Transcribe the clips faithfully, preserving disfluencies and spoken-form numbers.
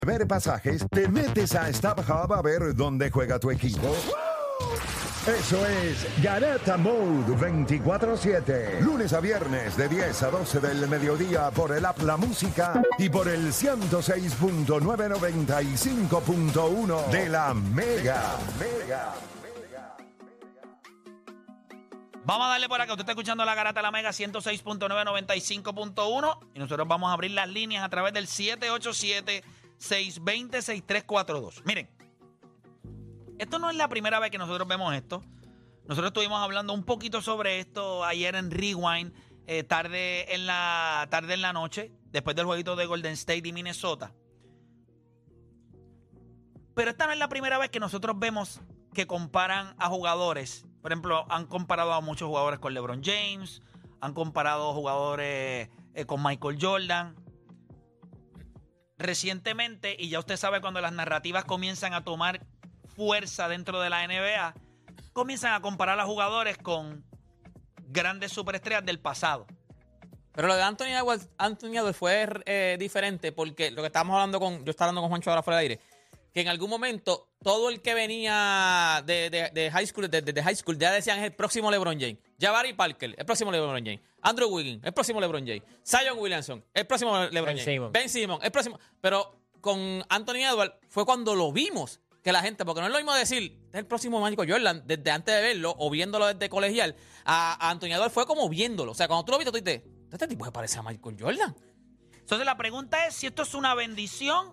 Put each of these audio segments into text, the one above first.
Ver pasajes, te metes a StubHub a ver dónde juega tu equipo. Eso es Garata Mode veinticuatro siete. Lunes a viernes de diez a doce del mediodía por el app La Música y por el ciento seis punto nueve noventa y cinco punto uno de la Mega. Mega. Vamos a darle por acá. Usted está escuchando la Garata de la Mega ciento seis punto nueve noventa y cinco punto uno y nosotros vamos a abrir las líneas a través del siete ocho siete, seis dos cero, seis tres cuatro dos. Miren, esto no es la primera vez que nosotros vemos esto. Nosotros estuvimos hablando un poquito sobre esto ayer en Rewind, eh, tarde, en la, tarde en la noche, después del jueguito de Golden State y Minnesota. Pero esta no es la primera vez que nosotros vemos que comparan a jugadores. Por ejemplo, han comparado a muchos jugadores con LeBron James, han comparado a jugadores eh, con Michael Jordan. Recientemente, y ya usted sabe cuando las narrativas comienzan a tomar fuerza dentro de la N B A, comienzan a comparar a jugadores con grandes superestrellas del pasado. Pero lo de Anthony Edwards, Anthony Edwards fue eh, diferente porque lo que estábamos hablando con, yo estaba hablando con Juancho ahora fuera del aire, que en algún momento todo el que venía de, de, de high school, de, de, de high school, ya decían es el próximo LeBron James. Jabari Parker, el próximo LeBron James. Andrew Wiggins, el próximo LeBron James. Zion Williamson, el próximo LeBron Ben James. Simmons. Ben Simmons, el próximo. Pero con Anthony Edwards fue cuando lo vimos. Que la gente, porque no es lo mismo decir, es el próximo Michael Jordan, desde antes de verlo o viéndolo desde colegial, a, a Anthony Edwards fue como viéndolo. O sea, cuando tú lo viste, tú dices, este tipo se parece a Michael Jordan. Entonces la pregunta es si esto es una bendición.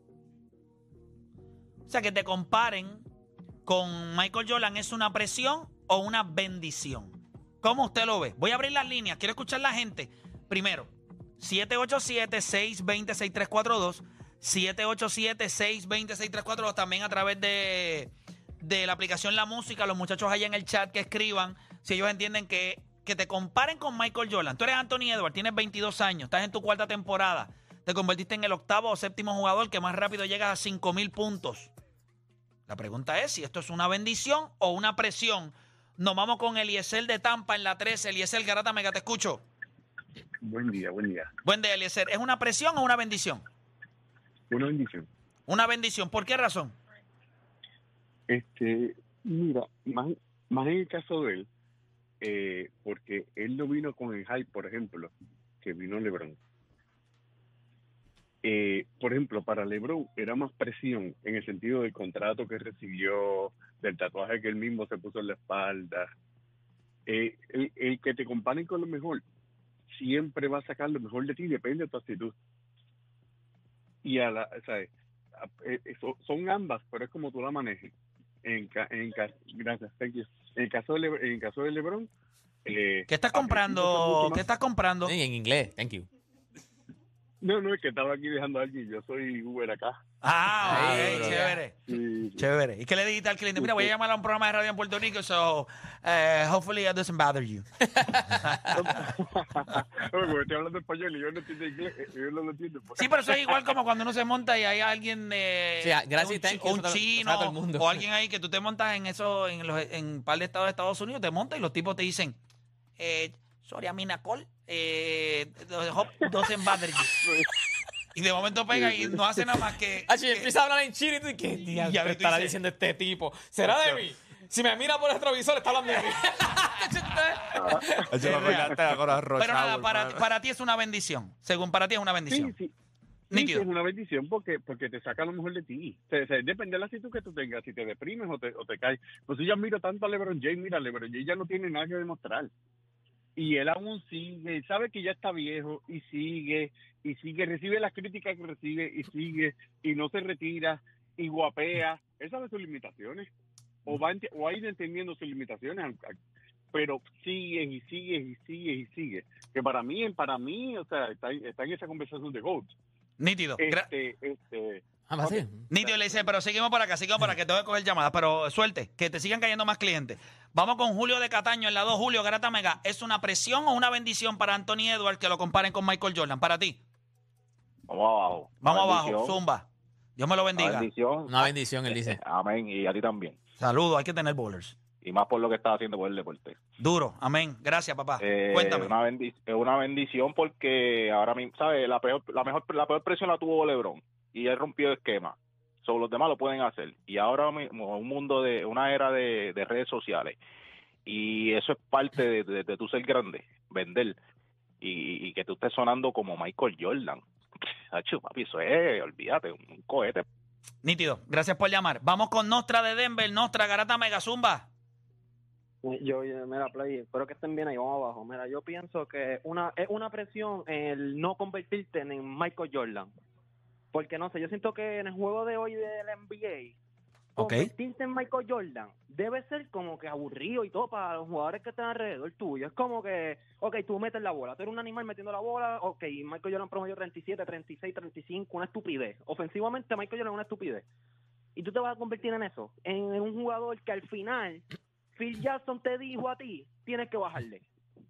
O sea, que te comparen con Michael Jordan, ¿es una presión o una bendición? ¿Cómo usted lo ve? Voy a abrir las líneas, quiero escuchar la gente. Primero, siete ocho siete, seis dos cero, seis tres cuatro dos. siete ocho siete, seis dos cero, seis tres cuatro dos, también a través de, de la aplicación La Música. Los muchachos allá en el chat que escriban si ellos entienden que, que te comparen con Michael Jordan. Tú eres Anthony Edwards, tienes veintidós años, estás en tu cuarta temporada, te convertiste en el octavo o séptimo jugador que más rápido llegas a cinco mil puntos. La pregunta es si esto es una bendición o una presión. Nos vamos con Eliezer de Tampa en la trece. Eliezer, Garata Mega, te escucho. Buen día, buen día. Buen día, Eliezer. ¿Es una presión o una bendición? Una bendición. Una bendición. ¿Por qué razón? Este, mira, más, más en el caso de él, eh, porque él no vino con el hype, por ejemplo, que vino LeBron. Eh, por ejemplo, para LeBron era más presión en el sentido del contrato que recibió, del tatuaje que él mismo se puso en la espalda. Eh, el, el que te comparen con lo mejor siempre va a sacar lo mejor de ti, depende de tu actitud. Y a la, o sea, eh, eh, son ambas, pero es como tú la manejes. En, ca, en ca, gracias, thank you. En el caso de, Le, en el caso de LeBron, eh, ¿qué estás comprando? ¿Qué estás comprando? Sí, en inglés, thank you. No, no, es que estaba aquí dejando a alguien. Yo soy Uber acá. Ah, Ay, ok, bro. chévere. Sí, sí. Chévere. ¿Y qué le dijiste al cliente? Mira, voy a llamar a un programa de radio en Puerto Rico, so uh, hopefully it doesn't bother you. Como estoy hablando español y yo no entiendo inglés, yo no lo entiendo. Sí, pero eso es igual como cuando uno se monta y hay alguien de Sí, gracias, un, thank chi- you, un eso te lo- chino eso todo el mundo. o alguien ahí que tú te montas en eso, en los en un par de estados de Estados Unidos, te montas y los tipos te dicen, eh, sorry, I'm in a call, eh, hope it doesn't bother you. Y de momento pega y no hace nada más que... Ah, sí, que- empieza a hablar en chino y tú, ¿qué Y diablo a ver, tú estará dices- diciendo este tipo? ¿Será de mí? Si me mira por el retrovisor, está hablando de mí. Es real. Pero nada, para, para ti es una bendición. Según para ti es una bendición. Sí, sí. Nítido. Sí, es una bendición porque porque te saca lo mejor de ti. O sea, o sea, depende de la actitud que tú tengas, si te deprimes o te, o te caes. Pues yo admiro tanto a LeBron James, mira, LeBron James ya no tiene nada que demostrar. Y él aún sigue, sabe que ya está viejo y sigue, y sigue, recibe las críticas que recibe y sigue, y no se retira, y guapea. Él sabe sus limitaciones, o va, enti- o ha ido entendiendo sus limitaciones, aunque- pero sigue y sigue y sigue y sigue. Que para mí, para mí, o sea, está, está en esa conversación de GOAT. Nítido. Gra- Este, este, Ah, va así. Nítido le dice, pero seguimos por acá, seguimos por acá, que tengo que coger llamadas, pero suerte, que te sigan cayendo más clientes. Vamos con Julio de Cataño en la dos. Julio, Garata Mega, ¿es una presión o una bendición para Anthony Edwards que lo comparen con Michael Jordan? Para ti. Vamos abajo. Vamos Una abajo, bendición, Zumba. Dios me lo una bendiga. bendición. Una bendición, él dice. Amén. Y a ti también. Saludos, hay que tener bowlers. Y más por lo que estás haciendo por el deporte. Duro, amén. Gracias, papá. Eh, Cuéntame. Una, bendi- es una bendición porque ahora mismo, ¿sabes? La peor, la mejor, la peor presión la tuvo LeBron. y él rompió el esquema. So, los demás lo pueden hacer. Y ahora mismo, un mundo de, una era de, de redes sociales. Y eso es parte de, de, de tu ser grande, vender. Y, y que tú estés sonando como Michael Jordan. Hacho, papi, eso es, olvídate, un cohete. Nítido. Gracias por llamar. Vamos con Nostra de Denver. Nostra, Garata Mega Zumba. Yo, yo, mira, Play, espero que estén bien ahí, vamos abajo. Mira, yo pienso que una es una presión el no convertirte en Michael Jordan. Porque, no sé, yo siento que en el juego de hoy del N B A, Ok. convertirte en Michael Jordan debe ser como que aburrido y todo para los jugadores que están alrededor tuyo. Es como que, ok, tú metes la bola, tú eres un animal metiendo la bola, ok, Michael Jordan promedió treinta y siete, treinta y seis, treinta y cinco, una estupidez. Ofensivamente, Michael Jordan es una estupidez. Y tú te vas a convertir en eso, en, en un jugador que al final Phil Jackson te dijo a ti, tienes que bajarle.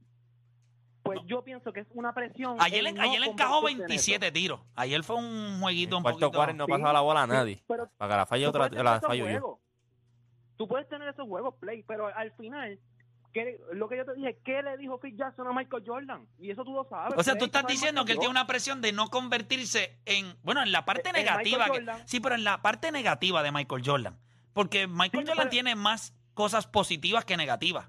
Pues No. yo pienso que es una presión. Ayer, el le- no ayer le encajó convertirte en veintisiete eso. tiros. Ayer fue un jueguito un cuarto poquito... cuarto no Sí, pasaba la bola a nadie. sí, pero Para que la falle tú otra, puedes tener la esos fallo yo. juegos. Tú puedes tener esos juegos, Play, pero al final, ¿qué, lo que yo te dije, ¿qué le dijo Phil Jackson a Michael Jordan? Y eso tú lo sabes. O sea, Play, tú estás sabes diciendo más que él yo. tiene una presión de no convertirse en... Bueno, en la parte En negativa. Michael que- Jordan. sí, pero en la parte negativa de Michael Jordan. Porque Michael Sí, Jordan pero- tiene más cosas positivas que negativas.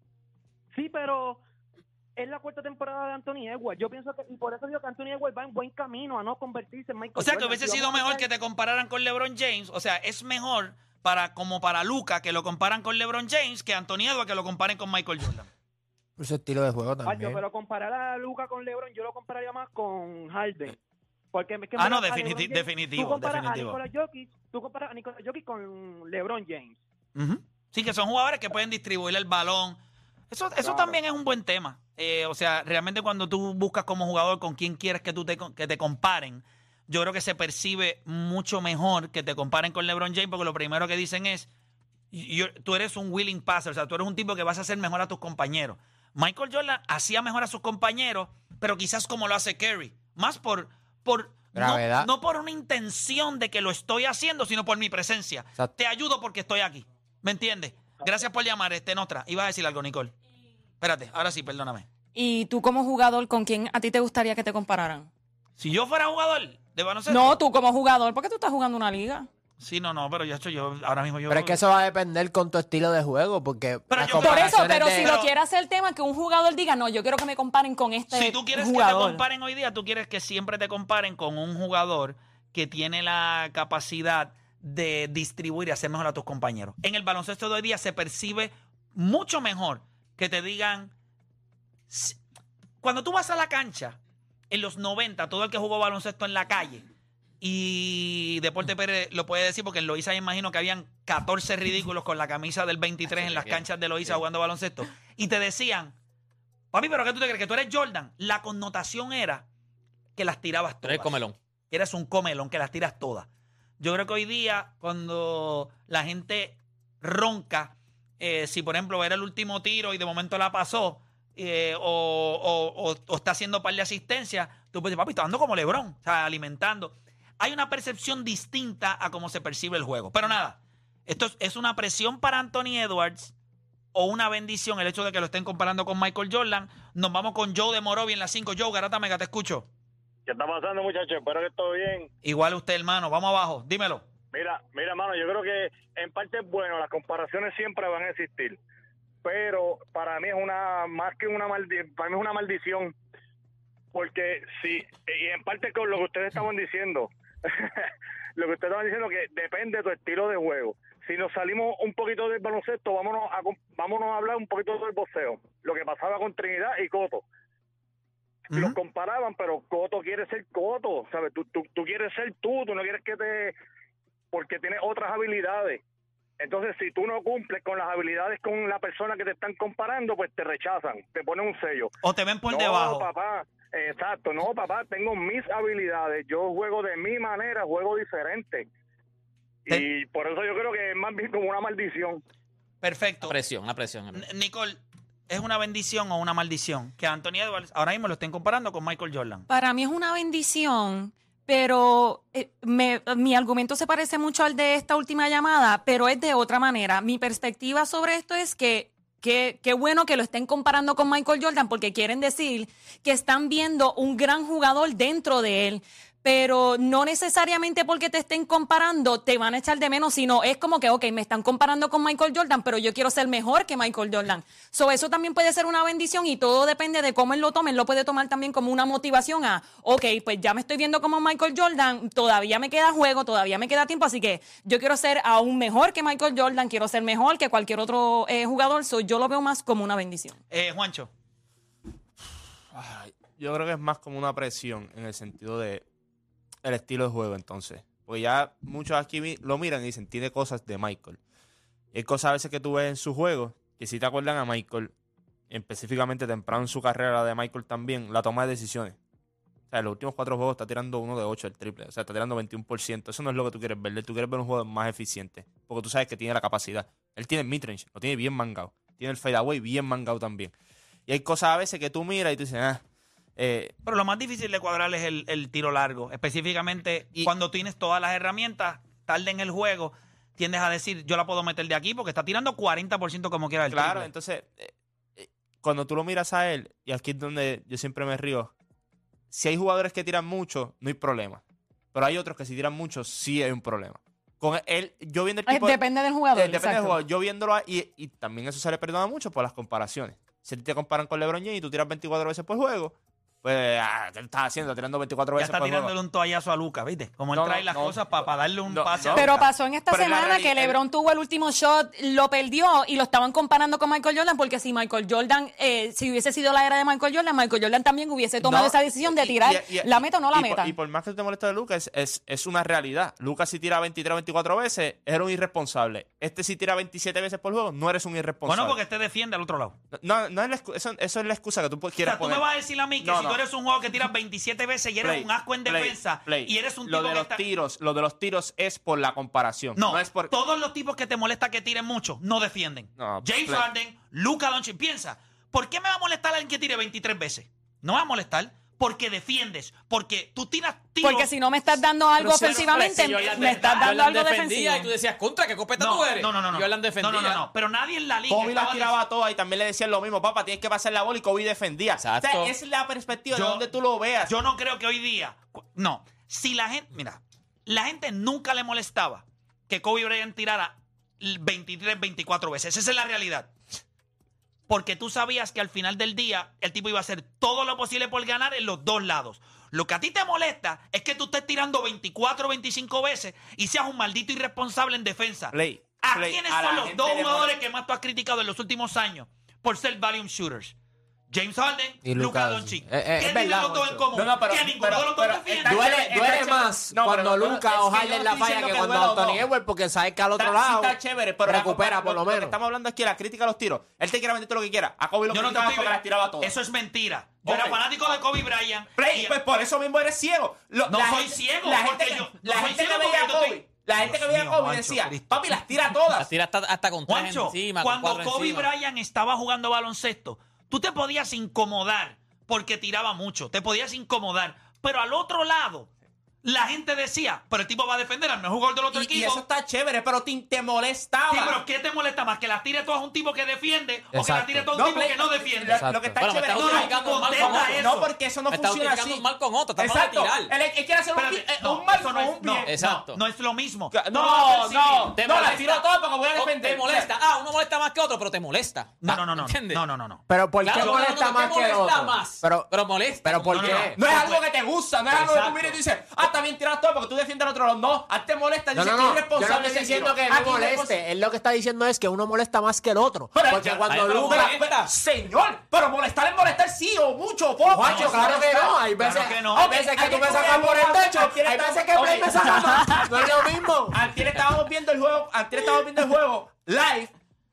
Sí, pero es la cuarta temporada de Anthony Edwards. Yo pienso que, y por eso digo que Anthony Edwards va en buen camino a no convertirse en Michael O sea, que Jordan. hubiese Si sido vamos a mejor hablar- que te compararan con LeBron James. O sea, es mejor para como para Luka que lo comparan con LeBron James que Anthony Edwards que lo comparen con Michael Jordan. Por su estilo de juego Ay, también. yo, pero comparar a Luka con LeBron, yo lo compararía más con Harden. Porque es que Ah, no, mira, a definiti- LeBron James, definitivo, Tú comparas definitivo. a Nikola Jokic, tú comparas a Nikola Jokic con LeBron James. Ujú. Sí, que son jugadores que pueden distribuir el balón. Eso, eso Claro. también es un buen tema. Eh, o sea, realmente cuando tú buscas como jugador con quién quieres que tú te, que te comparen, yo creo que se percibe mucho mejor que te comparen con LeBron James, porque lo primero que dicen es, yo- tú eres un willing passer, o sea, tú eres un tipo que vas a hacer mejor a tus compañeros. Michael Jordan hacía mejor a sus compañeros, pero quizás como lo hace Curry, más por, por no, Gravedad. no por una intención de que lo estoy haciendo, sino por mi presencia. Exacto. Te ayudo porque estoy aquí. ¿Me entiendes? Gracias por llamar, este Nostra. Ibas a decir algo, Nicole. Espérate, ahora sí, perdóname. Y tú como jugador, ¿con quién a ti te gustaría que te compararan? Si yo fuera jugador de baloncesto. No, tú como jugador, porque tú estás jugando una liga. Sí, no, no, pero ya estoy yo, ahora mismo yo. Pero es que eso va a depender con tu estilo de juego, porque Pero las yo- Por eso, comparaciones pero de- si Pero- lo quiere hacer el tema, que un jugador diga, no, yo quiero que me comparen con este Si tú quieres que te jugador. comparen hoy día, tú quieres que siempre te comparen con un jugador que tiene la capacidad de distribuir y hacer mejor a tus compañeros. En el baloncesto de hoy día se percibe mucho mejor que te digan... si- Cuando tú vas a la cancha, en los noventa, todo el que jugó baloncesto en la calle, y Deporte Pérez lo puede decir porque en Loíza me imagino que habían catorce ridículos con la camisa del veintitrés en las canchas de Loíza jugando baloncesto, y te decían, papi, ¿pero qué tú te crees? ¿Que tú eres Jordan? La connotación era que las tirabas Tú eres todas. comelón. Que eres un comelón, que las tiras todas. Yo creo que hoy día, cuando la gente ronca, eh, si por ejemplo era el último tiro y de momento la pasó, eh, o, o- o- o está haciendo par de asistencia, tú puedes decir, papi, está dando como LeBron, o sea, alimentando. Hay una percepción distinta a cómo se percibe el juego. Pero nada, esto es, es una presión para Anthony Edwards o una bendición el hecho de que lo estén comparando con Michael Jordan. Nos vamos con Joe de Morovia en las cinco. Joe, Garata Mega, te escucho. ¿Qué está pasando, muchachos? Espero que todo bien. Igual usted, hermano. Vamos abajo. Dímelo. Mira, mira, hermano, yo creo que en parte es bueno, las comparaciones siempre van a existir, pero para mí es una, más que una maldición, para mí es una maldición, porque si, y en parte con lo que ustedes estaban diciendo, lo que ustedes estaban diciendo que depende de tu estilo de juego. Si nos salimos un poquito del baloncesto, vámonos a, vámonos a hablar un poquito del boxeo, lo que pasaba con Trinidad y Cotto. Ujú. Los comparaban, pero Cotto quiere ser Cotto, ¿sabes? Tú, tú, tú quieres ser tú, tú no quieres que te... porque tienes otras habilidades. Entonces, si tú no cumples con las habilidades con la persona que te están comparando, pues te rechazan, te ponen un sello. O te ven por no, debajo. papá, exacto, no, papá, tengo mis habilidades, yo juego de mi manera, juego diferente. Te- Y por eso yo creo que es más bien como una maldición. Perfecto. Una presión, una presión. N- Nicole, ¿es una bendición o una maldición que Anthony Edwards ahora mismo lo estén comparando con Michael Jordan? Para mí es una bendición, pero eh, me- mi argumento se parece mucho al de esta última llamada, pero es de otra manera. Mi perspectiva sobre esto es que que- qué bueno que lo estén comparando con Michael Jordan porque quieren decir que están viendo un gran jugador dentro de él. pero no necesariamente porque te estén comparando te van a echar de menos, sino es como que, ok, me están comparando con Michael Jordan, pero yo quiero ser mejor que Michael Jordan. So, eso también puede ser una bendición y todo depende de cómo él lo tome. Él lo puede tomar también como una motivación a, ok, pues ya me estoy viendo como Michael Jordan, todavía me queda juego, todavía me queda tiempo, así que yo quiero ser aún mejor que Michael Jordan, quiero ser mejor que cualquier otro eh, jugador. So, yo lo veo más como una bendición. Eh, Juancho. Ay, yo creo que es más como una presión en el sentido de el estilo de juego, entonces. Porque ya muchos aquí mi- lo miran y dicen, tiene cosas de Michael. Y hay cosas a veces que tú ves en su juego que si te acuerdan a Michael, específicamente temprano en su carrera, la de Michael también, la toma de decisiones. O sea, en los últimos cuatro juegos está tirando uno de ocho el triple. O sea, está tirando veintiuno por ciento. Eso no es lo que tú quieres ver. Tú quieres ver un juego más eficiente. Porque tú sabes que tiene la capacidad. Él tiene el midrange, lo tiene bien mangado. Tiene el fadeaway bien mangado también. Y hay cosas a veces que tú miras y tú dices, ah, eh, Pero lo más difícil de cuadrar es el, el tiro largo. Específicamente Y- cuando tienes todas las herramientas, tarde en el juego, tiendes a decir, yo la puedo meter de aquí porque está tirando cuarenta por ciento como quiera del claro, triple. entonces, eh, eh, cuando tú lo miras a él, y aquí es donde yo siempre me río, si hay jugadores que tiran mucho, no hay problema. Pero hay otros que si tiran mucho, sí hay un problema. Con él, yo viendo el Eh, tipo... depende del jugador. Eh, depende del exacto. jugador. Yo viéndolo a- y, y también eso se le perdona mucho por las comparaciones. Si te comparan con LeBron James y tú tiras veinticuatro veces por juego, pues, ah, ¿qué estás haciendo? Tirando veinticuatro Ya veces está por tirándole juego. un toallazo a Luka, ¿viste? Como él No, trae no, las no, cosas para darle un no, pase. no. a Pero Luka. pasó en esta Pero en la semana que realidad- LeBron tuvo el último shot, lo perdió y lo estaban comparando con Michael Jordan porque si Michael Jordan, eh, si hubiese sido la era de Michael Jordan, Michael Jordan también hubiese tomado No, esa decisión de y- tirar y- y- la meta o no la y por- meta. y por más que te moleste de Lucas, es, es, es una realidad. Lucas si tira veintitrés, veinticuatro veces, era un irresponsable. Este si tira veintisiete veces por juego, no eres un irresponsable. Bueno, porque este defiende al otro lado. No, no es la excu- eso, eso es la excusa que tú pu- O quieres sea, tú poner. me vas a decir a mí que No, si no. tú eres un jugador que tiras veintisiete veces y eres Play, un asco en play, defensa play. y eres un Lo tipo de que los está... tiros, lo de los tiros es por la comparación. No, No, es por... todos los tipos que te molesta que tiren mucho no defienden. No, James play. Harden, Luka Doncic, piensa, ¿por qué me va a molestar alguien que tire veintitrés veces? No me va a molestar porque defiendes, porque tú tiras tiros. Porque si no me estás dando algo Pero si- ofensivamente, pero si Jordan me estás defendía, dando Jordan algo defendía defensivo. y tú decías, contra, ¿qué copeta no, tú eres? no, no, no, no. Y Jordan defendía. No, no, no, no, pero nadie en la liga Kobe las estaba tiraba todas y también le decían lo mismo. Papá, tienes que pasar la bola y Kobe defendía. Exacto. O sea, es la perspectiva Yo- de donde tú lo veas. Yo no creo que hoy día. No. Si la gente. Mira, la gente nunca le molestaba que Kobe Bryant tirara veintitrés, veinticuatro veces. Esa es la realidad. Porque tú sabías que al final del día el tipo iba a hacer todo lo posible por ganar en los dos lados. Lo que a ti te molesta es que tú estés tirando veinticuatro, veinticinco veces y seas un maldito irresponsable en defensa. Play, ¿A play, quiénes a son la los gente dos le jugadores molesta. que más tú has criticado en los últimos años por ser volume shooters? James Harden Y Luka Luka Doncic. Doncic. Eh, eh, ¿Qué es tienen verdad, los dos en Moncho. común? No, no, pero- que ninguno pero- de los dos pero defiende. está- Duele, está duele chévere. más No, cuando pero- Luka es o que yo Harden no la estoy falla diciendo que que cuando duela o Anthony no. Edwards, porque sabe que al otro Está- sí lado está chévere, pero la recupera compa- por lo Lo que menos. estamos hablando aquí es la crítica a los tiros. Él te quiere meter todo lo que quiera. A Kobe lo Yo no te criticaba estoy porque las tiraba todas. Eso es mentira. Yo Ok. era fanático de Kobe Bryant. Play, y- pues por eso mismo eres ciego. Lo- No la soy gente- ciego, La porque gente, yo- no la soy gente que ciego veía a porque yo Kobe, estoy- la gente que Dios veía a mío, Kobe Juancho, decía, Cristo. papi, las tira todas. Las tira hasta, hasta con tres Juancho, encima, con cuando cuatro Kobe encima. Bryant estaba jugando baloncesto, tú te podías incomodar porque tiraba mucho. Te podías incomodar. Pero al otro lado, la gente decía, pero el tipo va a defender al mejor jugador del otro Y, y equipo. eso está chévere, pero te, te molestaba. Sí, pero ¿qué te molesta más? ¿Que las tire todas un tipo que defiende o que las Exacto. tire todo un No, tipo Play, que no defiende? Lo, lo que está Bueno, me chévere. estás No, no, justificando mal contesta con otro. eso. No, porque eso no Me estás funciona justificando así. mal con otro. Estamos Exacto. a tirar. Él, él quiere hacer un, Espérate, bi- eh, no, un mal eso no con es- un no, bien. Exacto. No, no es lo mismo. No, Tú vas a no, percibir. no. Te No, molesta. las tiro todas porque voy a O defender. Te molesta. Ah, uno molesta más que otro, pero te molesta. No, no, no, no. ¿Entiendes? No, no, no, no. Pero ¿por qué Claro, molesta no, no, más ¿qué que el molesta otro? más? Pero, Pero molesta. pero ¿por No, no, qué? no. No es algo que te gusta, no es algo que tú Exacto. vienes y tú dices, ah, está bien tirado todo porque tú defiendes al otro lado. No, a ti te molesta, No, dices no, que no. es Yo no irresponsable. estoy ese diciendo tiro. que A no ti es moleste. Él lo que está diciendo es que uno molesta más que el otro. Pero Porque ya- cuando ay, pero Luka... molesta. Pero, señor, pero molestar es molestar sí o mucho o poco. Juancho, No, claro que molestar. no. Hay Claro veces que no. hay veces que Ok, tú me aquí sacas por el estamos- techo. aquí Hay estamos- veces que Play ok. me saca más. No es lo mismo. Antier estábamos viendo el juego, antier estábamos viendo el juego live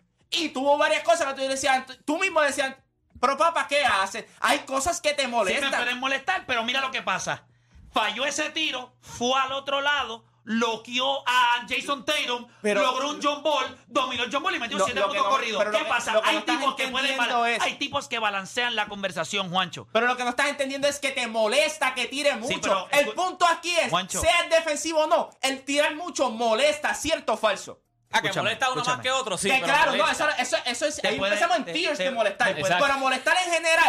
y tuvo varias cosas que tú decías, tú mismo decías, pero papá, ¿qué haces? Hay cosas que te Sí, me molestan. pueden molestar, pero mira lo que pasa. Falló ese tiro, fue al otro lado, loqueó a Jason Tatum, Pero- logró un John Ball, dominó el John Ball y metió Lo- siete lo puntos que no- corridos. pero lo ¿Qué que- pasa? lo que Hay no estás tipos que pueden entendiendo bala- es- hay tipos que balancean la conversación, Juancho. Pero lo que no estás entendiendo es que te molesta que tire mucho. pero, el escu- punto aquí es, Juancho. sea defensivo o no, el tirar mucho molesta, ¿cierto o falso? Ah, que Escúchame, molesta a uno más escúchame. que otro, sí. que pero claro, no, molesta. eso, eso, eso es, Te ahí puede- empezamos en te- tiers te- de molestar. te puede- Para molestar en general,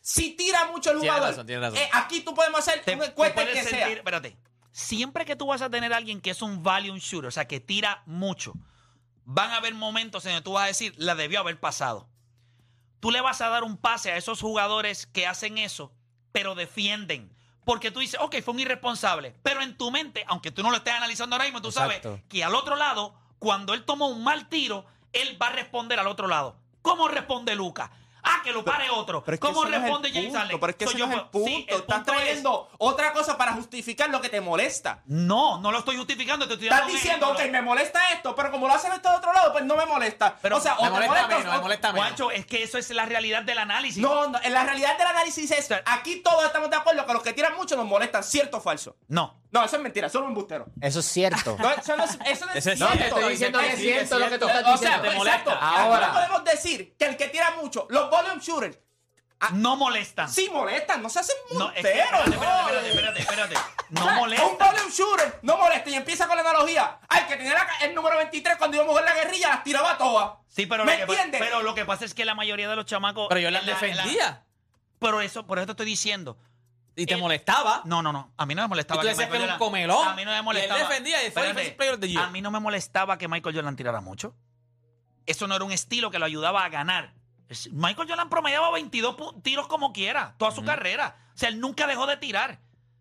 si tira mucho el Tiene jugador, razón, tiene razón. eh, aquí tú podemos hacer Te- una tú encuesta puedes que sentir- sea. Espérate. Siempre que tú vas a tener a alguien que es un volume shooter, o sea, que tira mucho, van a haber momentos en que tú vas a decir, la debió haber pasado. Tú le vas a dar un pase a esos jugadores que hacen eso, pero defienden. Porque tú dices, ok, fue un irresponsable. Pero en tu mente, aunque tú no lo estés analizando ahora mismo, tú Exacto. sabes que al otro lado, cuando él tomó un mal tiro, él va a responder al otro lado. ¿Cómo responde Luka? Ah, que lo pare otro. pero es que ¿Cómo ese no es el responde James punto, Harden? pero es que So ese yo no es el puedo- sí, punto. el Estás punto es- trayendo otra cosa para justificar lo que te molesta. No, no lo estoy justificando. Te estoy Estás dando un diciendo, ejemplo. ok, me molesta esto, pero como lo hacen esto de otro lado, pues no me molesta. Pero o sea, o Me te molesta molesta, menos, o- me molesta menos. Juancho, es que eso es la realidad del análisis. No, no, en la realidad del análisis es, sea- aquí todos estamos de acuerdo que los que tiran mucho nos molestan, ¿cierto o falso? No. No, eso es mentira, eso es un embustero. Eso es cierto. No, eso no es, eso no es Eso es No, te cierto. estoy diciendo que es Sí, cierto lo que tú estás O sea, diciendo. pues, molesta. exacto. Ahora. No podemos decir que el que tira mucho, los volume shooters, No molestan. sí molestan, no se hacen No, es que, monteros. espérate, espérate, no. espérate, espérate, espérate. No O sea, molestan. Un volume shooter no molesta y empieza con la analogía. Ay, que tenía la- el número veintitrés cuando íbamos a jugar la guerrilla, las tiraba todas. Sí, pero ¿Me lo, que, pa- entiendes? pero lo que pasa es que la mayoría de los chamacos. Pero yo la en la- en la- defendía. Pero eso, por eso te estoy diciendo. Y te Eh, molestaba. No, no, no. A mí no me molestaba Y tú que decías Michael que era un Jordan- comelón. A mí no me Y él molestaba. defendía y fue Espérate. Defensive Player of the Year. A mí no me molestaba que Michael Jordan tirara mucho. Eso no era un estilo que lo ayudaba a ganar. Es- Michael Jordan promediaba veintidós pu- tiros como quiera, toda su carrera. O sea, él nunca dejó de tirar.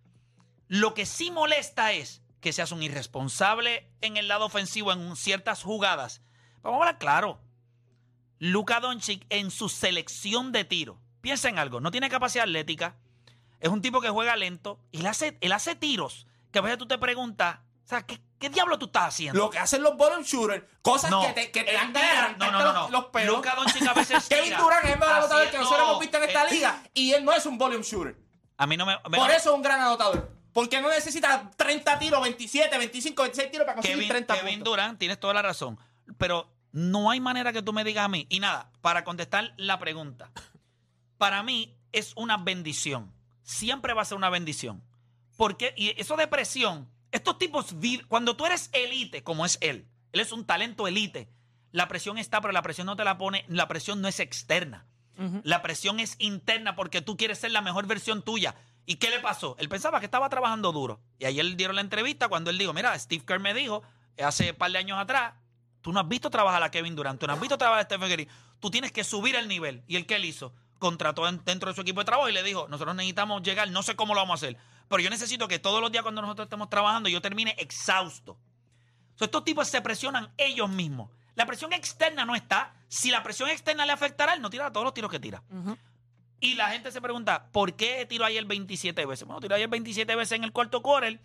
Lo que sí molesta es que seas un irresponsable en el lado ofensivo en ciertas jugadas. Vamos a hablar claro. Luka Doncic en su selección de tiro. Piensa en algo, no tiene capacidad atlética. Es un tipo que juega lento. Y él hace, él hace tiros que a veces tú te preguntas, o sea, ¿qué, qué diablo tú estás haciendo? Lo que hacen los volume shooters, cosas No, que te, que te él dan ganas de tira- arrancarte no, no, no, los, no. los pelos. Luka Doncic a veces Kevin tira. Durant es el mejor Así anotador es, que nosotros no, hemos visto en esta eh, liga y él no es un volume shooter. A mí no me... me- Por eso es un gran anotador. Porque no necesita treinta tiros, veintisiete, veinticinco, veintiséis tiros para conseguir Kevin, treinta Kevin puntos. Durant, tienes toda la razón. Pero no hay manera que tú me digas a mí. Y nada, para contestar la pregunta. Para mí es una bendición. Siempre va a ser una bendición. Porque, y eso de presión, estos tipos, vi- cuando tú eres elite, como es él, él es un talento elite, la presión está, pero la presión no te la pone, la presión no es externa. La presión es interna porque tú quieres ser la mejor versión tuya. ¿Y qué le pasó? Él pensaba que estaba trabajando duro. Y ayer dieron la entrevista cuando él dijo, mira, Steve Kerr me dijo, hace un par de años atrás, tú no has visto trabajar a Kevin Durant, tú no has visto trabajar a Stephen Curry, tú tienes que subir el nivel. ¿Y el que él hizo? Contrató en- dentro de su equipo de trabajo y le dijo, nosotros necesitamos llegar, no sé cómo lo vamos a hacer, pero yo necesito que todos los días cuando nosotros estemos trabajando yo termine exhausto. So, estos tipos se presionan ellos mismos. La presión externa no está. Si la presión externa le afectará, él no tira todos los tiros que tira. Y la gente se pregunta, ¿por qué tiró ayer veintisiete veces? Bueno, tiró ayer veintisiete veces en el cuarto quarter.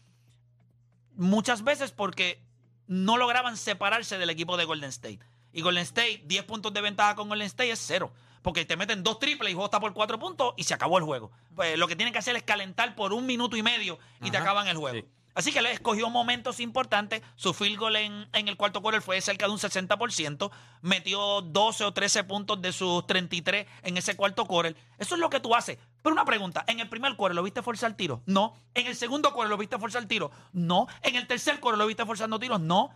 Muchas veces porque no lograban separarse del equipo de Golden State. Y Golden State, diez puntos de ventaja con Golden State es cero. Porque te meten dos triples y el juego está por cuatro puntos y se acabó el juego. Pues lo que tienen que hacer es calentar por un minuto y medio y te Ajá, acaban el juego. sí. Así que él escogió momentos importantes. Su field goal en, en el cuarto quarter fue cerca de un sesenta por ciento. Metió doce o trece puntos de sus treinta y tres en ese cuarto quarter. Eso es lo que tú haces. Pero una pregunta, ¿en el primer quarter lo viste forzar tiros? No. ¿En el segundo quarter lo viste forzar tiros? No. ¿En el tercer quarter lo viste forzando tiros? No.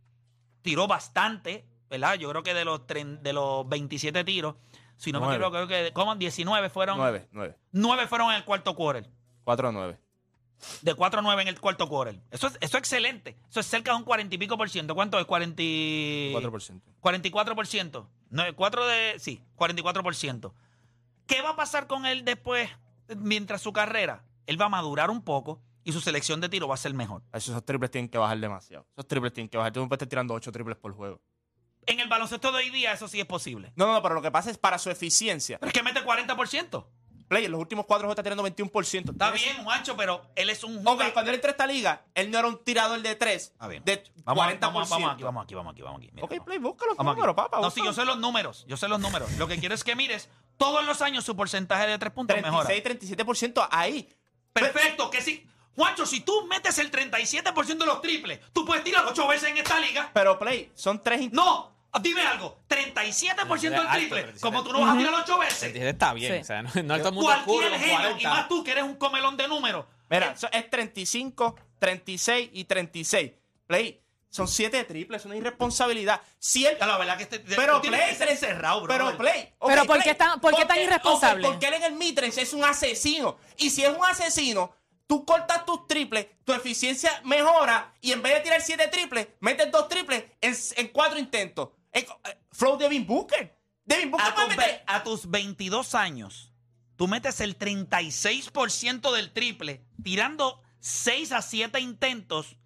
Tiró bastante, ¿verdad? Yo creo que de los, tre- de los veintisiete tiros, si no me Nueve. equivoco, creo que como diecinueve fueron. nueve, nueve. nueve fueron en el cuarto quarter. cuatro a nueve. De cuatro a nueve en el cuarto quarter. Eso es, eso es excelente. Eso es cerca de un cuarenta y pico por ciento. ¿Cuánto es? cuarenta y... cuatro por ciento. cuarenta y cuatro por ciento. No, cuatro de... Sí, cuarenta y cuatro por ciento. ¿Qué va a pasar con él después, mientras su carrera? Él va a madurar un poco y su selección de tiro va a ser mejor. Esos triples tienen que bajar demasiado. Esos triples tienen que bajar. Tú no puedes estar tirando ocho triples por juego. En el baloncesto de hoy día eso sí es posible. No, no, no, pero lo que pasa es para su eficiencia. Pero es que mete cuarenta por ciento. Play, en los últimos cuatro juegos está tirando veintiuno por ciento. Está bien, Juancho, pero él es un Ok, jugador... cuando él entró a esta liga, él no era un tirador de tres, Está bien, de Vamos, cuarenta por vamos, ciento. vamos aquí, vamos aquí, vamos aquí, vamos aquí. Mira, Ok, vamos. Play, busca los Vamos aquí. números, papá. No, sí, yo sé los números. Yo sé los números. Lo que quiero es que mires todos los años su porcentaje de tres puntos treinta y mejora. seis, treinta y siete por ciento ahí. Perfecto, que sí. Juancho, si tú metes el treinta y siete por ciento de los triples, tú puedes tirar ocho veces en esta liga. Pero Play, son tres... in- No, dime algo. treinta y siete por ciento del Alto, triple. treinta y siete. Como tú no vas a tirar ocho veces. treinta y siete está bien. Sí. O sea, no, no todo el mundo cubre Cualquier con genio, y cuarenta. más tú que eres un comelón de números. Mira, eso es treinta y cinco, treinta y seis y treinta y seis. Play, Son siete triples, es una irresponsabilidad. Si él, La verdad que este, pero tú tienes Play, que ser encerrado, bro. pero Play. ok, Pero ¿por qué Play, tan- por qué tan porque- irresponsable? ok, porque él en el midrange es un asesino. Y si es un asesino, tú cortas tus triples, tu eficiencia mejora y en vez de tirar siete triples, metes dos triples en, en cuatro intentos. En- eh, flow Devin Booker. Devin Booker a, puede tus, meter... ve- a tus veintidós años, tú metes el treinta y seis por ciento del triple, tirando seis a siete intentos.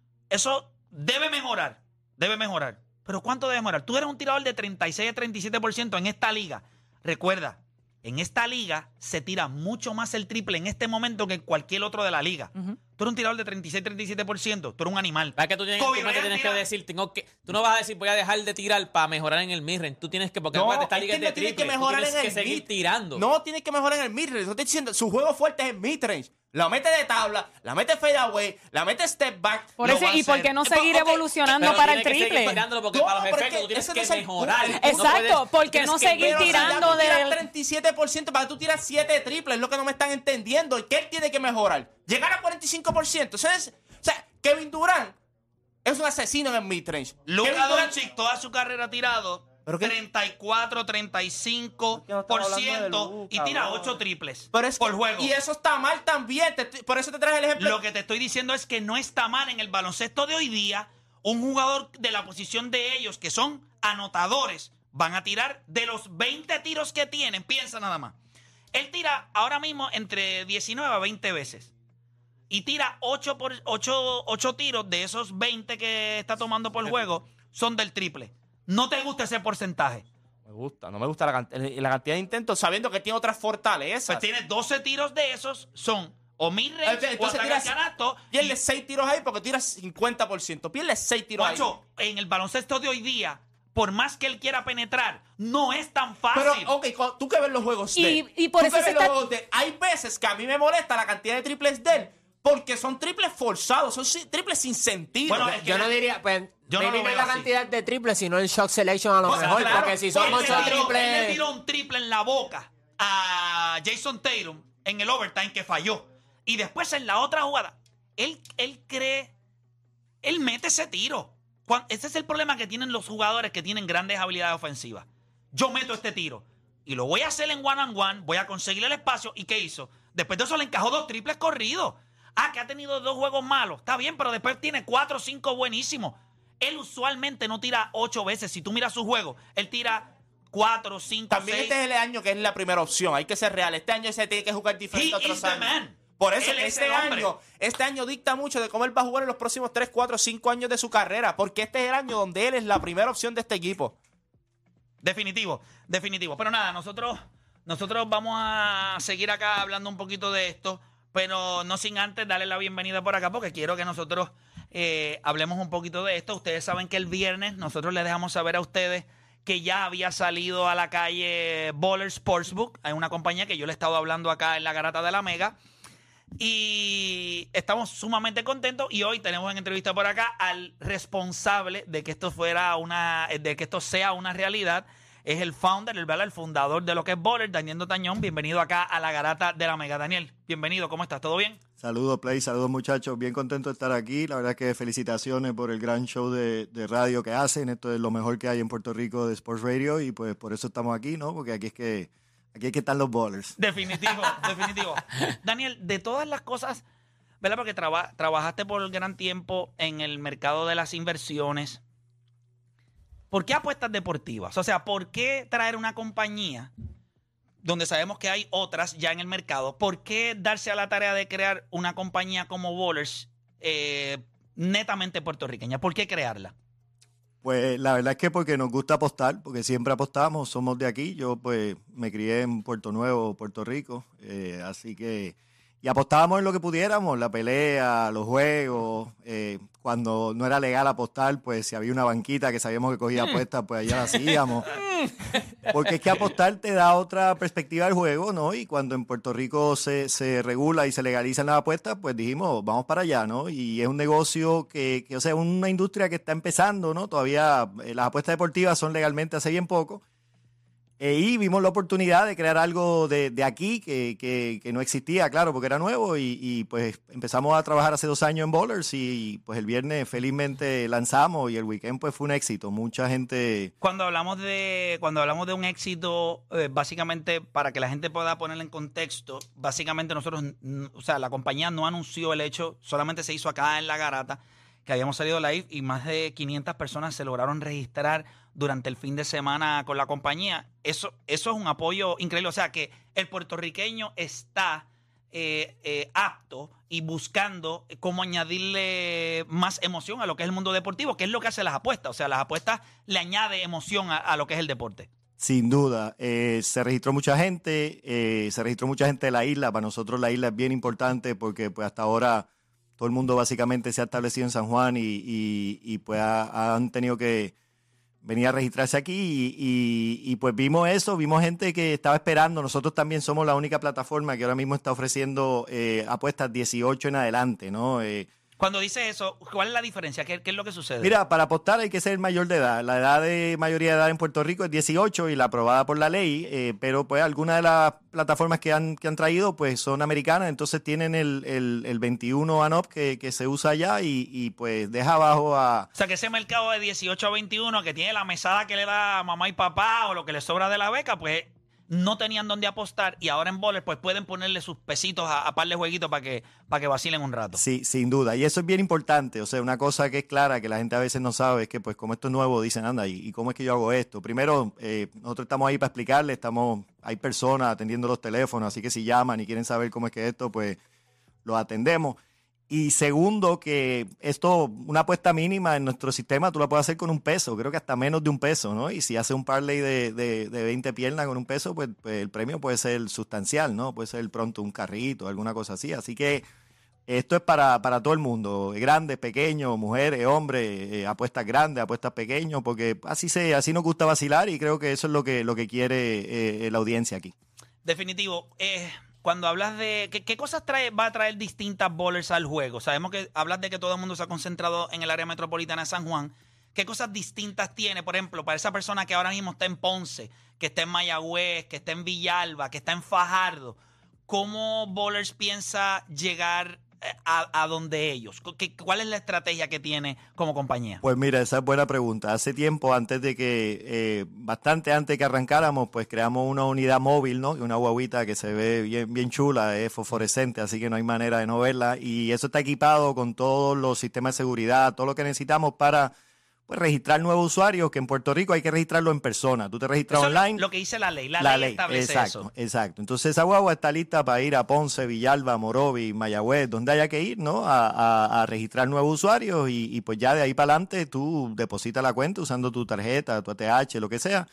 Eso debe mejorar. Debe mejorar. Pero ¿cuánto debe mejorar? Tú eres un tirador de treinta y seis a treinta y siete por ciento en esta liga. Recuerda, en esta liga se tira mucho más el triple en este momento que en cualquier otro de la liga. Ujú. Tú eres un tirador de treinta y seis a treinta y siete por ciento. Tú eres un animal. ¿Verdad que tú tienes, Kobe tú no te Bryant tienes que tira- decir, tengo que, tú no vas a decir voy a dejar de tirar para mejorar en el midrange? Tú tienes que, porque No, acuérdate, esta es liga que es de no tiene triple, que mejorar tú tienes en que el seguir mid- tirando. No, tiene que mejorar en el midrange. No estoy diciendo, su juego fuerte es el midrange. La mete de tabla, la mete fadeaway, la mete step back. Por Lo eso, va a ¿y por hacer. qué no Eh, seguir ok, evolucionando Pero para el tienes que seguir triple? tirándolo porque No, para los pero es efectos que tú tienes ese que no es el mejorar. punto. No Exacto, puedes- porque tienes no que seguir Pero, o sea, ya tirando tú tiras del- treinta y siete por ciento para tú tirar siete triples, es lo que no me están entendiendo. ¿Y qué él tiene que mejorar? Llegar a cuarenta y cinco por ciento. O sea, es- o sea, Kevin Durant es un asesino en el midrange. Luka Kevin Durant- Doncic toda su carrera ha tirado ¿Pero qué? treinta y cuatro, treinta y cinco Es que no por estamos hablando ciento de Luka, y tira bro. ocho triples Pero es por que- juego. Y eso está mal también. te estoy- por eso te traje el ejemplo. Lo que te estoy diciendo es que no está mal en el baloncesto de hoy día. Un jugador de la posición de ellos, que son anotadores, van a tirar de los veinte tiros que tienen. Piensa nada más. Él tira ahora mismo entre diecinueve a veinte veces. Y tira ocho, por, ocho, ocho tiros de esos veinte que está tomando por juego son del triple. ¿No te gusta ese porcentaje? Me gusta, no me gusta la, cant- la cantidad de intentos sabiendo que tiene otras fortalezas. Pues tienes doce tiros de esos, son o midrange Entonces, o entonces ataque al tiras- canasto. Pierde y- seis tiros ahí porque tira cincuenta por ciento. Pierde seis tiros ahí. Guacho, en el baloncesto de hoy día, por más que él quiera penetrar, no es tan fácil. Pero, ok, cu- tú que ves los juegos de Y- él. y por tú eso que se ves los está- juegos de él, hay veces que a mí me molesta la cantidad de triples de él porque son triples forzados, son si- triples sin sentido. Bueno, De- es que Yo no diría, pues, Yo no maybe lo no es veo la así. cantidad de triples, sino el shot selection a lo O sea, mejor. claro, porque si son él le ocho tiró- Él le triples. tiró un triple en la boca a Jason Tatum en el overtime que falló. Y después en la otra jugada, él, él cree, él mete ese tiro. Cuan- Ese es el problema que tienen los jugadores que tienen grandes habilidades ofensivas. Yo meto este tiro y lo voy a hacer en one on one, voy a conseguir el espacio. ¿Y qué hizo? Después de eso le encajó dos triples corridos. Ah, que ha tenido dos juegos malos. Está bien, pero después tiene cuatro o cinco buenísimos. Él usualmente no tira ocho veces. Si tú miras su juego, él tira cuatro, cinco, También seis. este es el año que es la primera opción. Hay que ser real. Este año se tiene que jugar diferente He a otros is the años. man. Por eso Él es este el hombre. año, este año dicta mucho de cómo él va a jugar en los próximos tres, cuatro, cinco años de su carrera. Porque este es el año donde él es la primera opción de este equipo. Definitivo, definitivo. Pero nada, nosotros, nosotros vamos a seguir acá hablando un poquito de esto, pero no sin antes darle la bienvenida por acá, porque quiero que nosotros eh, hablemos un poquito de esto. Ustedes saben que el viernes nosotros les dejamos saber a ustedes que ya había salido a la calle Baller Sportsbook. Hay una compañía que yo le he estado hablando acá en la Garata de la Mega. Y estamos sumamente contentos y hoy tenemos en entrevista por acá al responsable de que esto fuera una, de que esto sea una realidad. Es el founder, el, ¿verdad? el fundador de lo que es Baller, Daniel Tañón. Bienvenido acá a la Garata de la Mega. Daniel, bienvenido, ¿cómo estás? ¿Todo bien? Saludos, Play, saludos muchachos, bien contento de estar aquí. La verdad que felicitaciones por el gran show de, de radio que hacen. Esto es lo mejor que hay en Puerto Rico de Sports Radio y pues por eso estamos aquí, ¿no? Porque aquí es que aquí es que están los ballers. Definitivo, definitivo. Daniel, de todas las cosas, ¿verdad? Porque traba- trabajaste por gran tiempo en el mercado de las inversiones. ¿Por qué apuestas deportivas? O sea, ¿por qué traer una compañía donde sabemos que hay otras ya en el mercado? ¿Por qué darse a la tarea de crear una compañía como Ballers eh, netamente puertorriqueña? ¿Por qué crearla? Pues la verdad es que porque nos gusta apostar, porque siempre apostamos, somos de aquí. Yo pues me crié en Puerto Nuevo, Puerto Rico, eh, así que y apostábamos en lo que pudiéramos, la pelea, los juegos. Eh, cuando no era legal apostar, pues si había una banquita que sabíamos que cogía apuestas, pues allá la hacíamos. Porque es que apostar te da otra perspectiva del juego, ¿no? Y cuando en Puerto Rico se, se regula y se legalizan las apuestas, pues dijimos, vamos para allá, ¿no? Y es un negocio que, que o sea, una industria que está empezando, ¿no? Todavía eh, las apuestas deportivas son legalmente hace bien poco. Eh, y vimos la oportunidad de crear algo de, de aquí que, que, que no existía, claro, porque era nuevo y, y pues empezamos a trabajar hace dos años en Bowlers y pues el viernes felizmente lanzamos y el weekend pues fue un éxito. Mucha gente... Cuando hablamos de cuando hablamos de un éxito, eh, básicamente para que la gente pueda ponerlo en contexto, básicamente nosotros, mm, o sea, la compañía no anunció el hecho, solamente se hizo acá en La Garata, que habíamos salido live y más de quinientas personas se lograron registrar durante el fin de semana con la compañía. Eso, eso es un apoyo increíble. O sea que el puertorriqueño está eh, eh, apto y buscando cómo añadirle más emoción a lo que es el mundo deportivo, que es lo que hace las apuestas. O sea, las apuestas le añade emoción a, a lo que es el deporte. Sin duda, eh, se registró mucha gente, eh, se registró mucha gente de la isla. Para nosotros la isla es bien importante porque pues hasta ahora todo el mundo básicamente se ha establecido en San Juan y, y, y pues ha, han tenido que venir a registrarse aquí y, y, y pues vimos eso, vimos gente que estaba esperando. Nosotros también somos la única plataforma que ahora mismo está ofreciendo eh, apuestas dieciocho en adelante, ¿no? Eh, Cuando dices eso, ¿cuál es la diferencia? ¿Qué, qué es lo que sucede? Mira, para apostar hay que ser mayor de edad. La edad de mayoría de edad en Puerto Rico es dieciocho y la aprobada por la ley, eh, pero pues algunas de las plataformas que han, que han traído pues son americanas, entonces tienen el, el, el veintiuno and up que, que se usa allá y, y pues deja abajo a... O sea, que ese mercado de dieciocho a veintiuno que tiene la mesada que le da mamá y papá o lo que le sobra de la beca, pues no tenían dónde apostar y ahora en Bowlers pues pueden ponerle sus pesitos a, a par de jueguitos para que, para que vacilen un rato. Sí, sin duda. Y eso es bien importante. O sea, una cosa que es clara, que la gente a veces no sabe, es que pues como esto es nuevo, dicen, anda, ¿y, y cómo es que yo hago esto? Primero, eh, nosotros estamos ahí para explicarle, estamos, hay personas atendiendo los teléfonos, así que si llaman y quieren saber cómo es que esto, pues los atendemos. Y segundo, que esto, una apuesta mínima en nuestro sistema, tú la puedes hacer con un peso, creo que hasta menos de un peso, ¿no? Y si hace un parlay de, de, de veinte piernas con un peso, pues, pues el premio puede ser sustancial, ¿no? Puede ser pronto un carrito, alguna cosa así. Así que esto es para, para todo el mundo, grandes, pequeños, mujeres, hombres, eh, apuestas grandes, apuestas pequeños, porque así se, así nos gusta vacilar y creo que eso es lo que, lo que quiere eh, la audiencia aquí. Definitivo. Eh... Cuando hablas de... ¿Qué, qué cosas trae, va a traer distintas Bowlers al juego? Sabemos que hablas de que todo el mundo se ha concentrado en el área metropolitana de San Juan. ¿Qué cosas distintas tiene, por ejemplo, para esa persona que ahora mismo está en Ponce, que está en Mayagüez, que está en Villalba, que está en Fajardo? ¿Cómo Bowlers piensa llegar a, a donde ellos? ¿Qué, ¿Cuál es la estrategia que tiene como compañía? Pues mira, esa es buena pregunta. Hace tiempo, antes de que, eh, bastante antes de que arrancáramos, pues creamos una unidad móvil, ¿no? Una guaguita que se ve bien, bien chula, es fosforescente, así que no hay manera de no verla. Y eso está equipado con todos los sistemas de seguridad, todo lo que necesitamos para pues, registrar nuevos usuarios, que en Puerto Rico hay que registrarlo en persona. Tú te registras eso online. Es lo que dice la ley. La, la ley, ley establece exacto, eso. Exacto. Entonces esa guagua está lista para ir a Ponce, Villalba, Morovis, Mayagüez, donde haya que ir, ¿no? A, a, a registrar nuevos usuarios y, y pues ya de ahí para adelante tú depositas la cuenta usando tu tarjeta, tu A T H, lo que sea,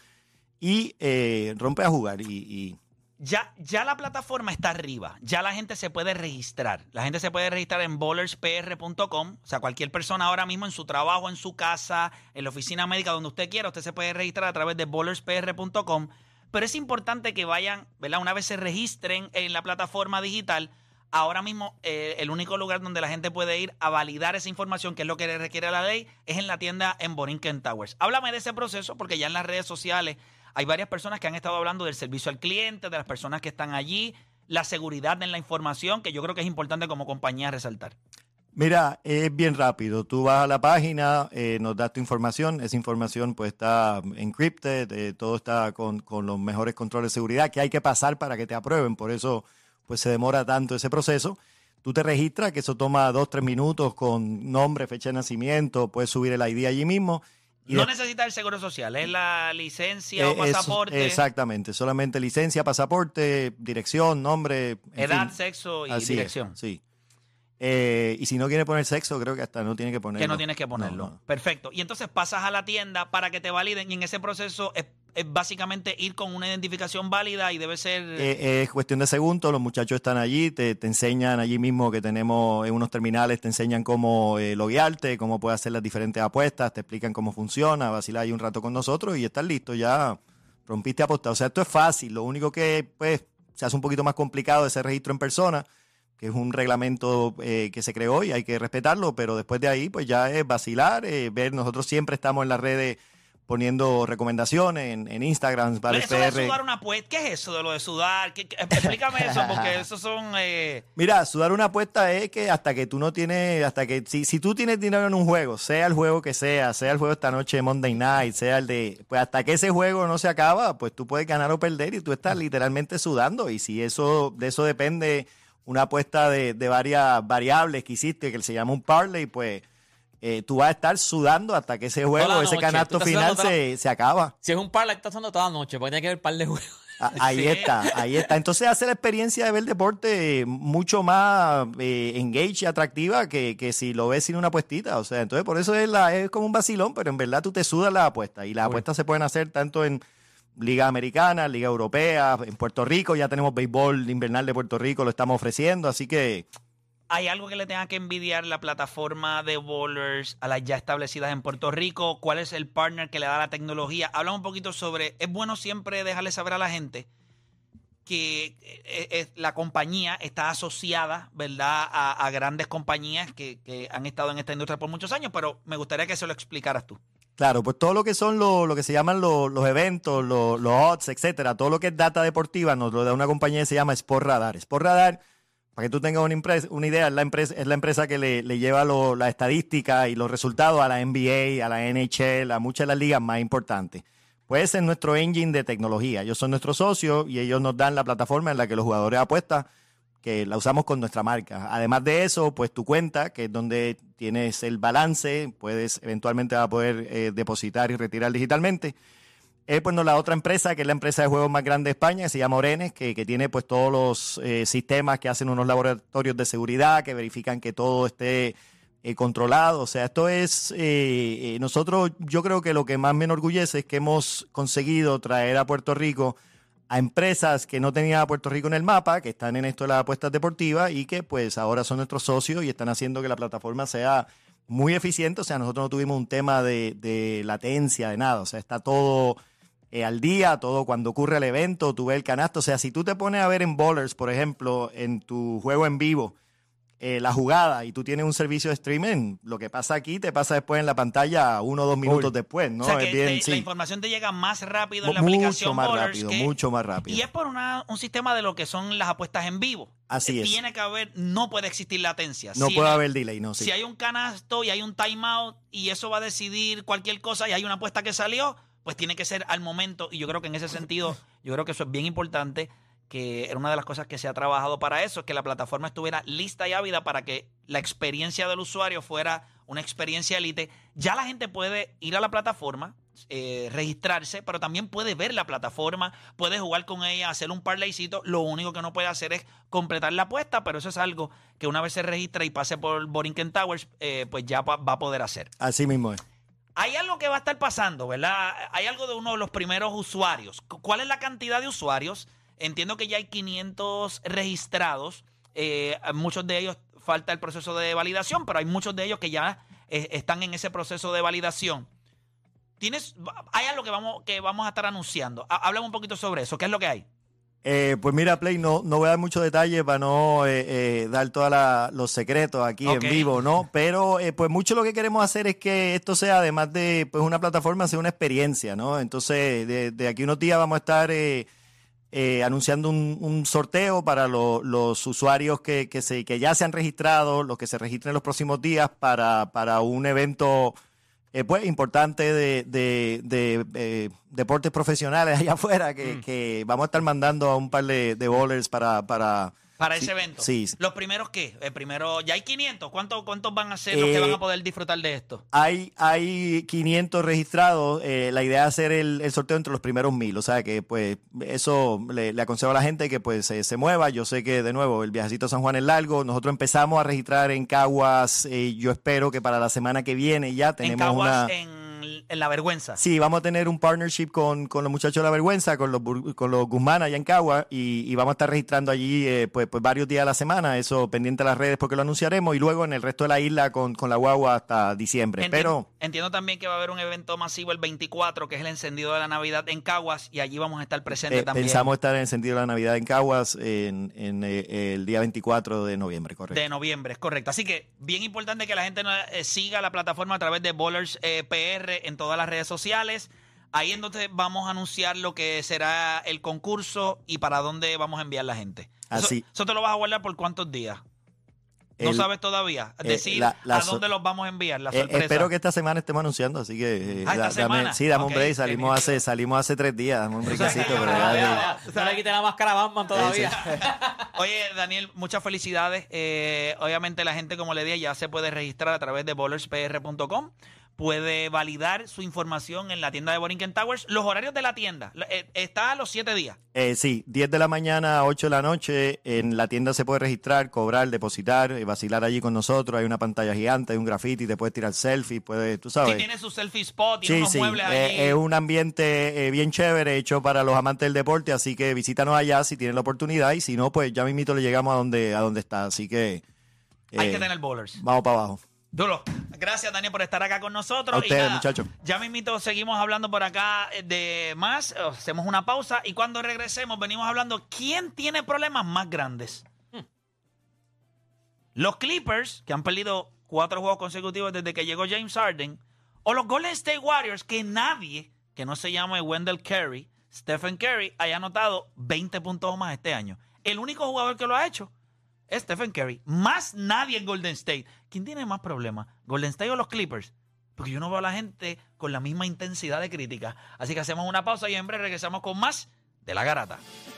y eh, rompe a jugar y... y Ya, ya la plataforma está arriba, ya la gente se puede registrar. La gente se puede registrar en bowlers p r punto com. O sea, cualquier persona ahora mismo en su trabajo, en su casa, en la oficina médica, donde usted quiera, usted se puede registrar a través de bowlers p r punto com. Pero es importante que vayan, ¿verdad? Una vez se registren en la plataforma digital, ahora mismo eh, el único lugar donde la gente puede ir a validar esa información, que es lo que requiere la ley, es en la tienda en Borinquen Towers. Háblame de ese proceso, porque ya en las redes sociales hay varias personas que han estado hablando del servicio al cliente, de las personas que están allí, la seguridad en la información, que yo creo que es importante como compañía resaltar. Mira, es bien rápido. Tú vas a la página, eh, nos das tu información. Esa información pues está encrypted, eh, todo está con, con los mejores controles de seguridad que hay que pasar para que te aprueben. Por eso pues se demora tanto ese proceso. Tú te registras, que eso toma dos, tres minutos con nombre, fecha de nacimiento, puedes subir el I D allí mismo. Y no de... necesitas el seguro social, es la licencia eh, o pasaporte. Eso, exactamente, solamente licencia, pasaporte, dirección, nombre. Edad, fin. sexo y Así dirección. Es, sí. Eh, y si no quiere poner sexo, creo que hasta no tiene que ponerlo. Que no tienes que ponerlo. No, no. Perfecto. Y entonces pasas a la tienda para que te validen y en ese proceso es, es básicamente ir con una identificación válida y debe ser... Eh, es cuestión de segundos, los muchachos están allí, te, te enseñan allí mismo que tenemos en unos terminales, te enseñan cómo eh, loguearte, cómo puedes hacer las diferentes apuestas, te explican cómo funciona, vacilar ahí un rato con nosotros y estás listo, ya rompiste apostar. O sea, esto es fácil, lo único que pues se hace un poquito más complicado es ese registro en persona, que es un reglamento eh, que se creó y hay que respetarlo, pero después de ahí pues ya es vacilar, eh, ver, nosotros siempre estamos en las redes poniendo recomendaciones en, en Instagram, Vales Eso P de R. sudar una apuesta, ¿qué es eso de lo de sudar? ¿Qué- qué- explícame eso, porque esos son... eh, Mira, sudar una apuesta es que hasta que tú no tienes, hasta que si, si tú tienes dinero en un juego, sea el juego que sea, sea el juego esta noche de Monday Night, sea el de, pues hasta que ese juego no se acaba, pues tú puedes ganar o perder y tú estás literalmente sudando. Y si eso, de eso depende una apuesta de, de varias variables que hiciste, que se llama un parlay, pues eh, tú vas a estar sudando hasta que ese juego, Toda la ese noche. canasto Tú estás final sudando toda se, se acaba. Si es un parlay, estás usando toda la noche, porque tiene que ver par de juegos. Ah, Ahí Sí. está, ahí está. Entonces hace la experiencia de ver deporte mucho más eh, engage y atractiva que, que si lo ves sin una apuestita. O sea, entonces por eso es, la, es como un vacilón, pero en verdad tú te sudas las apuestas. Y las Uy. apuestas se pueden hacer tanto en Liga Americana, Liga Europea, en Puerto Rico. Ya tenemos béisbol invernal de Puerto Rico, lo estamos ofreciendo. Así que ¿Hay algo que le tenga que envidiar la plataforma de Bowlers a las ya establecidas en Puerto Rico? ¿Cuál es el partner que le da la tecnología? Habla un poquito sobre... Es bueno siempre dejarle saber a la gente que eh, eh, la compañía está asociada, ¿verdad?, a, a grandes compañías que, que han estado en esta industria por muchos años, pero me gustaría que se lo explicaras tú. claro, pues todo lo que son lo, lo que se llaman lo- los eventos, lo- los odds, etcétera, todo lo que es data deportiva nos lo da una compañía que se llama Sport Radar. Sport Radar, para que tú tengas una, impres- una idea, es la empresa, es la empresa que le, le lleva lo- la estadística y los resultados a la N B A, a la N H L, a muchas de las ligas más importantes. Pues es nuestro engine de tecnología. Ellos son nuestros socios y ellos nos dan la plataforma en la que los jugadores apuestan, que la usamos con nuestra marca. Además de eso, pues tu cuenta, que es donde tienes el balance, puedes eventualmente vas a poder eh, depositar y retirar digitalmente. Eh, pues no, la otra empresa, que es la empresa de juegos más grande de España, que se llama Orenes, que, que tiene pues todos los eh, sistemas que hacen unos laboratorios de seguridad, que verifican que todo esté eh, controlado. O sea, esto es, eh, eh, nosotros, yo creo que lo que más me enorgullece es que hemos conseguido traer a Puerto Rico a empresas que no tenían a Puerto Rico en el mapa, que están en esto de las apuestas deportivas y que pues ahora son nuestros socios y están haciendo que la plataforma sea muy eficiente. O sea, nosotros no tuvimos un tema de, de latencia, de nada. O sea, está todo eh, al día, todo cuando ocurre el evento, tú ves el canasto. O sea, si tú te pones a ver en Bowlers, por ejemplo, en tu juego en vivo, eh, la jugada y tú tienes un servicio de streaming, lo que pasa aquí te pasa después en la pantalla uno o dos minutos después, ¿no? O sea, que es bien, te- sí. la información te llega más rápido en la mucho aplicación más Bowlers rápido, que- mucho más rápido. Y es por una- un sistema de lo que son las apuestas en vivo. Así Eh, es. Tiene que haber, no puede existir latencia. No Si puede en el- haber delay, no, sí. Si hay un canasto y hay un timeout y eso va a decidir cualquier cosa y hay una apuesta que salió, pues tiene que ser al momento. Y yo creo que en ese sentido, yo creo que eso es bien importante, que era una de las cosas que se ha trabajado para eso, que la plataforma estuviera lista y ávida para que la experiencia del usuario fuera una experiencia élite. Ya la gente puede ir a la plataforma, eh, registrarse, pero también puede ver la plataforma, puede jugar con ella, hacer un parlaycito. Lo único que no puede hacer es completar la apuesta, pero eso es algo que una vez se registra y pase por Borinquen Towers, eh, pues ya va va a poder hacer. Así mismo es. Hay algo que va a estar pasando, ¿verdad? Hay algo de uno de los primeros usuarios. Cu- ¿Cuál es la cantidad de usuarios? Entiendo que ya hay quinientos registrados. Eh, muchos de ellos falta el proceso de validación, pero hay muchos de ellos que ya eh, están en ese proceso de validación. ¿Tienes, hay algo que vamos, que vamos a estar anunciando? Há- Háblame un poquito sobre eso. ¿Qué es lo que hay? Eh, pues mira, Play, no, no voy a dar muchos detalles para no eh, eh, dar todos los secretos aquí Ok. en vivo, ¿no? Pero eh, pues mucho lo que queremos hacer es que esto sea, además de pues una plataforma, sea una experiencia, ¿no? Entonces, de, de aquí unos días vamos a estar eh, eh, anunciando un, un sorteo para lo- los usuarios que, que, se, que ya se han registrado, los que se registren los próximos días para, para un evento eh, pues importante de, de, de, eh, deportes profesionales allá afuera que, Mm. que vamos a estar mandando a un par de, de bowlers para, para Para sí, ese evento. Sí, sí. ¿Los primeros qué? El primero, ya hay quinientos. ¿Cuántos, cuántos van a ser los que Eh, van a poder disfrutar de esto? Hay, hay quinientos registrados. Eh, la idea es hacer el, el sorteo entre los primeros mil. O sea que, pues, eso le, le aconsejo a la gente que, pues, se, se mueva. Yo sé que, de nuevo, el viajecito a San Juan es largo. Nosotros empezamos a registrar en Caguas. Eh, yo espero que para la semana que viene ya En tenemos Caguas, una. en, en La Vergüenza. Sí, vamos a tener un partnership con, con los muchachos de La Vergüenza, con los, Bur- con los Guzmán allá en Cagua, y, y vamos a estar registrando allí eh, pues, pues varios días a la semana, eso pendiente a las redes porque lo anunciaremos, y luego en el resto de la isla con, con la guagua hasta diciembre. Enti- Pero Entiendo también que va a haber un evento masivo el veinticuatro, que es el encendido de la Navidad en Caguas, y allí vamos a estar presentes eh, también. pensamos estar en el sentido de la Navidad en Caguas en, en, eh, el día veinticuatro de noviembre, correcto. De noviembre, es correcto. Así que bien importante que la gente eh, siga la plataforma a través de Bowlers eh, P R en todas las redes sociales. Ahí es donde vamos a anunciar lo que será el concurso y para dónde vamos a enviar la gente. Así. Eso, eso te lo vas a guardar por cuántos días. No El- sabes todavía. Es eh, decir, la- la a so- dónde los vamos a enviar, la Eh, sorpresa. espero que esta semana estemos anunciando, así que eh, Ah, esta da- dame- semana. sí, dame Ok, un break. qué Salimos bien. hace, salimos hace tres días, dame un O sea, que breakcito. yo pero no ya- había- No le quité la máscara a Batman todavía. Oye, Daniel, muchas felicidades. Eh, obviamente la gente, como le dije, ya se puede registrar a través de bowlers p r punto com. Puede validar su información en la tienda de Borinquen Towers. Los horarios de la tienda. eh, está a los siete días. Eh, sí, diez de la mañana a ocho de la noche. En la tienda se puede registrar, cobrar, depositar, eh, vacilar allí con nosotros. Hay una pantalla gigante, hay un graffiti, te puedes tirar selfie, puedes, tú sabes. Sí, tiene su selfie spot, tiene Sí, unos sí, muebles eh, allí. es un ambiente eh, bien chévere, hecho para los amantes del deporte, así que visítanos allá si tienen la oportunidad y si no, pues ya mismito le llegamos a donde, a donde está, así que Hay eh, que tener bowlers. vamos para abajo. Duro. Gracias, Daniel, por estar acá con nosotros. A Y ustedes, nada, muchachos. Ya mismito seguimos hablando por acá de más. Hacemos una pausa y cuando regresemos venimos hablando quién tiene problemas más grandes. Hmm. Los Clippers, que han perdido cuatro juegos consecutivos desde que llegó James Harden, o los Golden State Warriors, que nadie que no se llame Wendell Curry, Stephen Curry, haya anotado veinte puntos o más este año. El único jugador que lo ha hecho es Stephen Curry. Más nadie en Golden State. ¿Quién tiene más problemas? ¿Golden State o los Clippers? Porque yo no veo a la gente con la misma intensidad de crítica. Así que hacemos una pausa y en breve regresamos con más de La Garata.